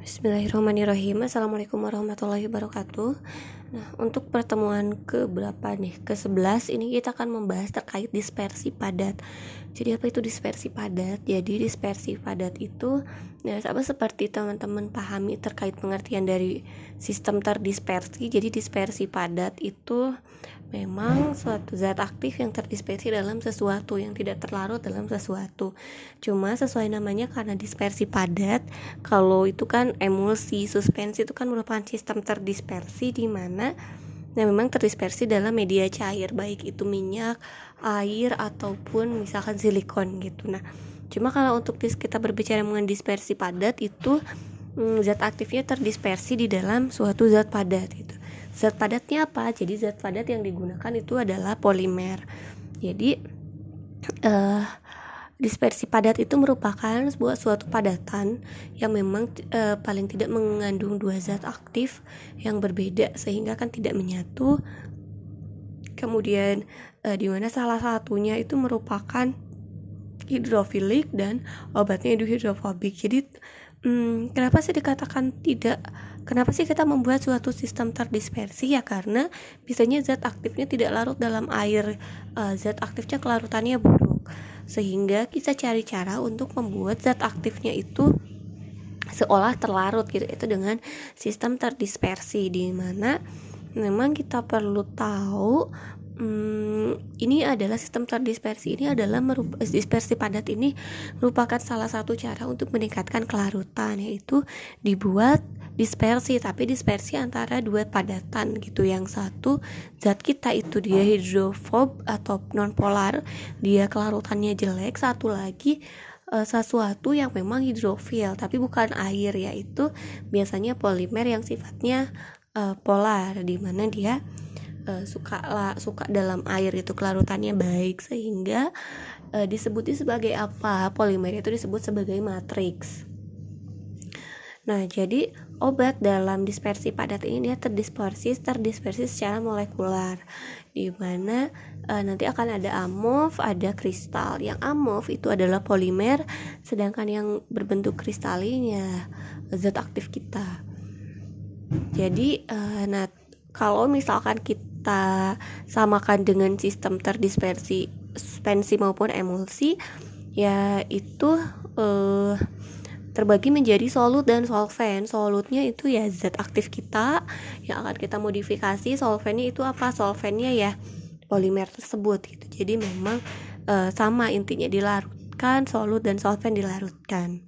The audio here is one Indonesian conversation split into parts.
Bismillahirrahmanirrahim. Assalamualaikum warahmatullahi wabarakatuh. Nah, untuk pertemuan ke berapa nih? Ke-11 ini kita akan membahas terkait dispersi padat. Jadi apa itu dispersi padat? Jadi dispersi padat itu sama seperti teman-teman pahami terkait pengertian dari sistem terdispersi. Jadi dispersi padat itu memang suatu zat aktif yang terdispersi dalam sesuatu, yang tidak terlarut dalam sesuatu. Cuma sesuai namanya, karena dispersi padat, kalau itu kan emulsi, suspensi itu kan merupakan sistem terdispersi di mana memang terdispersi dalam media cair, baik itu minyak, air ataupun misalkan silikon gitu. Nah, cuma kalau untuk kita berbicara mengenai dispersi padat itu zat aktifnya terdispersi di dalam suatu zat padat gitu. Zat padatnya apa? Jadi zat padat yang digunakan itu adalah polimer. Jadi dispersi padat itu merupakan suatu padatan yang memang paling tidak mengandung dua zat aktif yang berbeda sehingga kan tidak menyatu. Kemudian di mana salah satunya itu merupakan hidrofilik dan obatnya itu hidrofobik. Jadi kenapa sih dikatakan tidak? Kenapa sih kita membuat suatu sistem terdispersi? Ya karena biasanya zat aktifnya tidak larut dalam air, zat aktifnya kelarutannya buruk, sehingga kita cari cara untuk membuat zat aktifnya itu seolah terlarut gitu, itu dengan sistem terdispersi, di mana memang kita perlu tahu ini adalah sistem terdispersi ini adalah dispersi padat ini merupakan salah satu cara untuk meningkatkan kelarutan, yaitu dibuat dispersi, tapi dispersi antara dua padatan gitu. Yang satu zat kita itu dia hidrofob atau nonpolar, dia kelarutannya jelek. Satu lagi sesuatu yang memang hidrofil tapi bukan air, yaitu biasanya polimer yang sifatnya polar, di mana dia suka dalam air, itu kelarutannya baik, sehingga disebutnya sebagai apa? Polimer itu disebut sebagai matriks. Nah, jadi obat dalam dispersi padat ini dia terdispersi secara molekular, di mana nanti akan ada amorf, ada kristal. Yang amorf itu adalah polimer, sedangkan yang berbentuk kristalnya zat aktif kita. Jadi kalau misalkan kita samakan dengan sistem terdispersi, suspensi maupun emulsi, ya itu terbagi menjadi solut dan solvent. Solutnya itu ya zat aktif kita yang akan kita modifikasi. Solventnya itu apa? Solventnya ya polimer tersebut gitu. Jadi memang sama intinya, dilarutkan, solut dan solvent dilarutkan.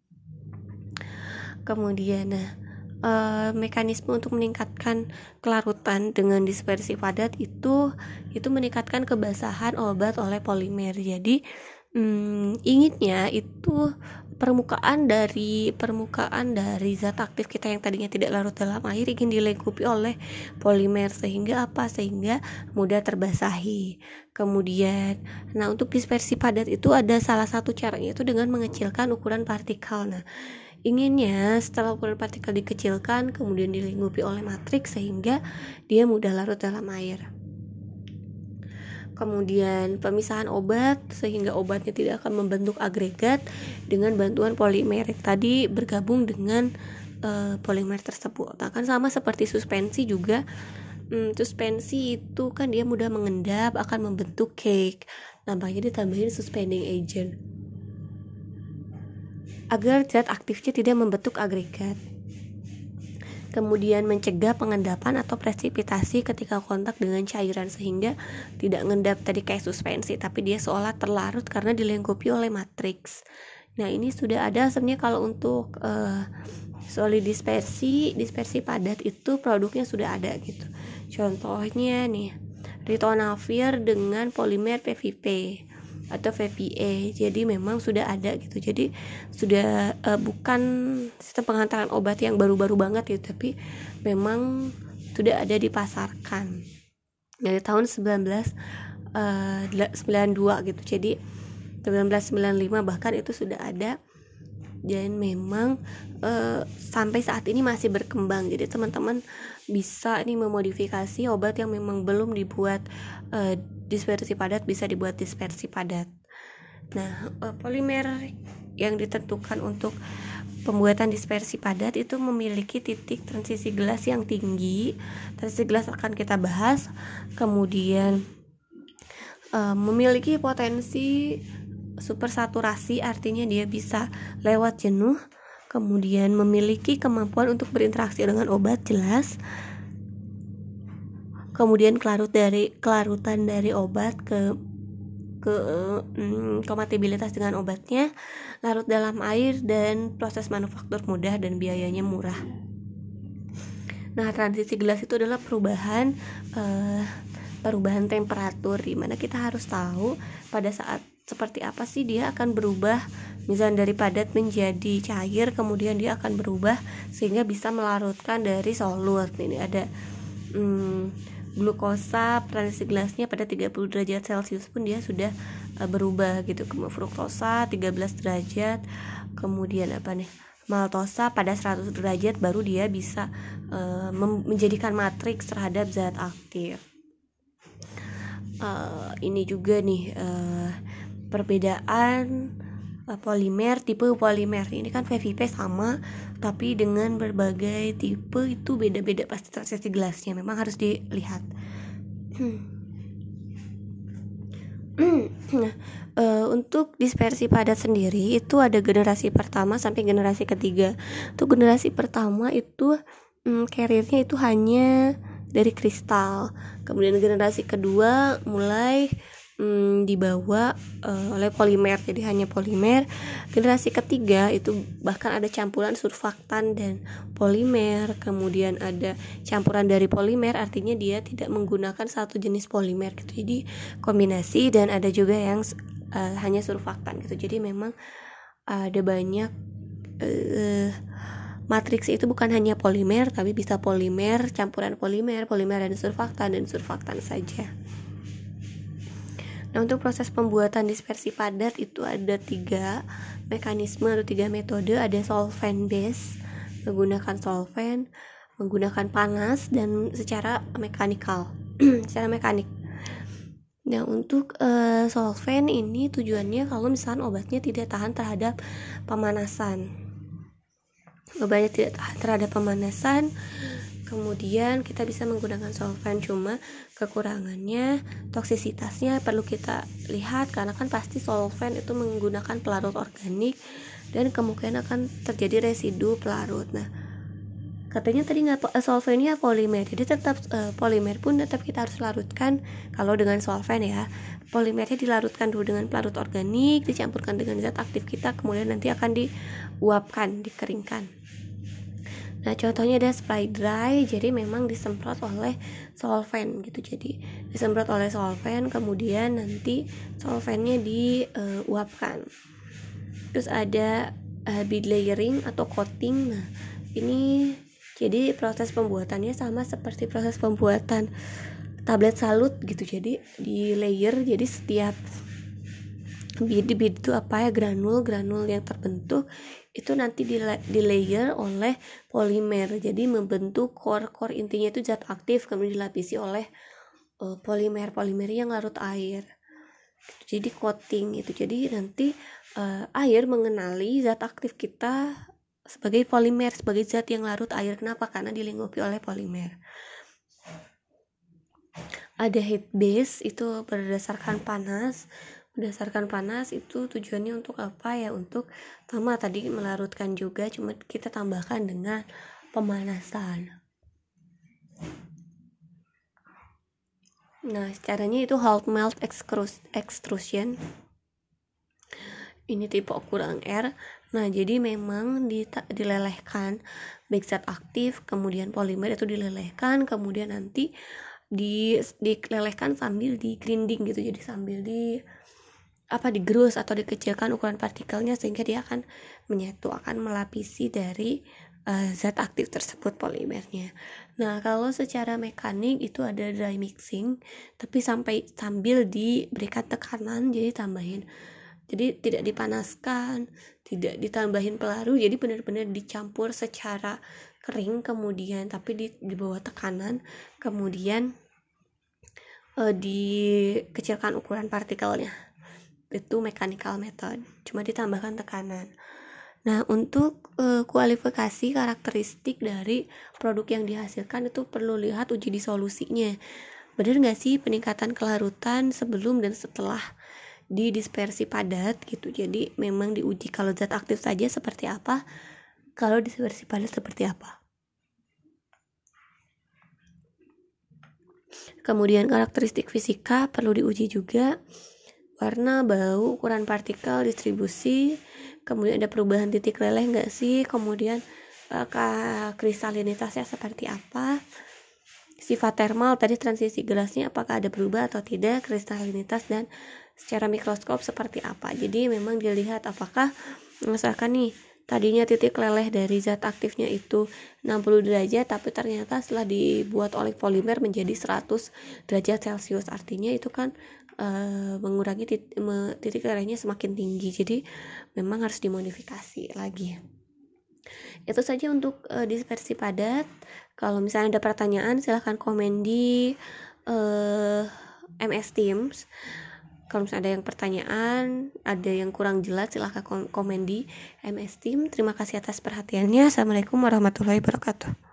Kemudian mekanisme untuk meningkatkan kelarutan dengan dispersi padat itu meningkatkan kebasahan obat oleh polimer. Jadi inginnya itu permukaan dari zat aktif kita yang tadinya tidak larut dalam air ingin dilengkapi oleh polimer, sehingga mudah terbasahi. Kemudian untuk dispersi padat itu ada salah satu caranya itu dengan mengecilkan ukuran partikel. Nah, inginnya setelah ukuran partikel dikecilkan kemudian dilingkupi oleh matriks sehingga dia mudah larut dalam air. Kemudian pemisahan obat sehingga obatnya tidak akan membentuk agregat dengan bantuan polimer tadi bergabung dengan polimer tersebut. Akan sama seperti suspensi juga. Suspensi itu kan dia mudah mengendap, akan membentuk cake. Nampaknya ditambahin suspending agent agar zat aktifnya tidak membentuk agregat. Kemudian mencegah pengendapan atau presipitasi ketika kontak dengan cairan, sehingga tidak ngendap tadi kayak suspensi, tapi dia seolah terlarut karena dilengkapi oleh matriks. Nah, ini sudah ada sebenarnya kalau untuk solid dispersi padat itu produknya sudah ada gitu. Contohnya nih, ritonavir dengan polimer PVP atau VPA. Jadi memang sudah ada gitu. Jadi sudah bukan sistem pengantaran obat yang baru-baru banget gitu, tapi memang sudah ada dipasarkan dari tahun 1992 gitu. Jadi 1995 bahkan itu sudah ada, dan memang sampai saat ini masih berkembang. Jadi teman-teman bisa nih memodifikasi obat yang memang belum dibuat dispersi padat, bisa dibuat dispersi padat. Nah, polimer yang ditentukan untuk pembuatan dispersi padat itu memiliki titik transisi gelas yang tinggi. Transisi gelas akan kita bahas. Kemudian memiliki potensi supersaturasi, artinya dia bisa lewat jenuh. Kemudian memiliki kemampuan untuk berinteraksi dengan obat, jelas. Kemudian kelarutan dari obat ke kompatibilitas dengan obatnya, larut dalam air, dan proses manufaktur mudah dan biayanya murah. Nah, transisi gelas itu adalah perubahan temperatur, di mana kita harus tahu pada saat seperti apa sih dia akan berubah, misalnya dari padat menjadi cair, kemudian dia akan berubah sehingga bisa melarutkan dari solut. Ini ada glukosa, transisi gelasnya pada 30 derajat Celcius pun dia sudah berubah gitu. Kemudian fruktosa 13 derajat, kemudian maltosa pada 100 derajat baru dia bisa menjadikan matriks terhadap zat aktif. Ini juga nih perbedaan polimer, tipe polimer. Ini kan PVP sama, tapi dengan berbagai tipe itu beda-beda pasti transisi gelasnya, memang harus dilihat. Untuk dispersi padat sendiri itu ada generasi pertama sampai generasi ketiga. Untuk generasi pertama itu carrier-nya itu hanya dari kristal. Kemudian generasi kedua mulai dibawa oleh polimer, jadi hanya polimer. Generasi ketiga itu bahkan ada campuran surfaktan dan polimer. Kemudian ada campuran dari polimer, artinya dia tidak menggunakan satu jenis polimer gitu, jadi kombinasi. Dan ada juga yang hanya surfaktan gitu, jadi memang ada banyak matriks itu bukan hanya polimer, tapi bisa polimer, campuran polimer dan surfaktan saja. Nah, untuk proses pembuatan dispersi padat itu ada 3 mekanisme atau 3 metode. Ada solvent base, menggunakan solvent, menggunakan panas, dan secara mekanikal, secara mekanik. Nah, untuk solvent ini tujuannya kalau misalnya obatnya tidak tahan terhadap pemanasan. Obatnya tidak tahan terhadap pemanasan, kemudian kita bisa menggunakan solvent. Cuma kekurangannya, toksisitasnya perlu kita lihat, karena kan pasti solvent itu menggunakan pelarut organik dan kemungkinan akan terjadi residu pelarut. Nah, katanya tadi solventnya polimer, jadi tetap polimer pun tetap kita harus larutkan. Kalau dengan solvent ya, polimernya dilarutkan dulu dengan pelarut organik, dicampurkan dengan zat aktif kita, kemudian nanti akan diuapkan, dikeringkan. Nah, contohnya ada spray dry, jadi memang disemprot oleh solvent gitu. Jadi disemprot oleh solvent, kemudian nanti solventnya diuapkan. Terus ada bead layering atau coating. Nah, ini jadi proses pembuatannya sama seperti proses pembuatan tablet salut gitu. Jadi di layer, jadi setiap bead itu granul yang terbentuk itu nanti di layer oleh polimer, jadi membentuk core intinya itu zat aktif, kemudian dilapisi oleh polimer yang larut air, jadi coating itu. Jadi nanti air mengenali zat aktif kita sebagai polimer, sebagai zat yang larut air. Kenapa? Karena dilingkupi oleh polimer. Ada heat base, itu berdasarkan panas itu tujuannya untuk apa ya? Untuk sama tadi melarutkan juga, cuma kita tambahkan dengan pemanasan. Nah, caranya itu hot melt extrusion. Ini tipe ukuran R. Nah, jadi memang dilelehkan baik zat aktif, kemudian polimer itu dilelehkan, kemudian nanti dilelehkan sambil di grinding gitu. Jadi sambil digerus atau dikecilkan ukuran partikelnya sehingga dia akan menyatu, akan melapisi dari zat aktif tersebut, polimernya. Nah, kalau secara mekanik itu ada dry mixing, tapi sambil diberikan tekanan, jadi tidak dipanaskan, tidak ditambahin pelarut, jadi benar-benar dicampur secara kering, kemudian tapi di bawah tekanan, kemudian dikecilkan ukuran partikelnya. Itu mechanical method, cuma ditambahkan tekanan. Nah, untuk kualifikasi karakteristik dari produk yang dihasilkan itu perlu lihat uji disolusinya. Benar nggak sih peningkatan kelarutan sebelum dan setelah di dispersi padat gitu. Jadi memang diuji kalau zat aktif saja seperti apa, kalau dispersi padat seperti apa. Kemudian karakteristik fisika perlu diuji juga, warna, bau, ukuran partikel, distribusi, kemudian ada perubahan titik leleh nggak sih, kemudian kristalinitasnya seperti apa, sifat termal tadi transisi gelasnya apakah ada berubah atau tidak, kristalinitas, dan secara mikroskop seperti apa. Jadi memang dilihat apakah misalkan nih tadinya titik leleh dari zat aktifnya itu 60 derajat, tapi ternyata setelah dibuat oleh polimer menjadi 100 derajat Celcius, artinya itu kan mengurangi titik lelehnya semakin tinggi. Jadi memang harus dimodifikasi lagi. Itu saja untuk dispersi padat. Kalau misalnya ada pertanyaan silahkan komen di MS Teams. Kalau misalnya ada yang pertanyaan, ada yang kurang jelas, silahkan komen di MS Team. Terima kasih atas perhatiannya. Assalamualaikum warahmatullahi wabarakatuh.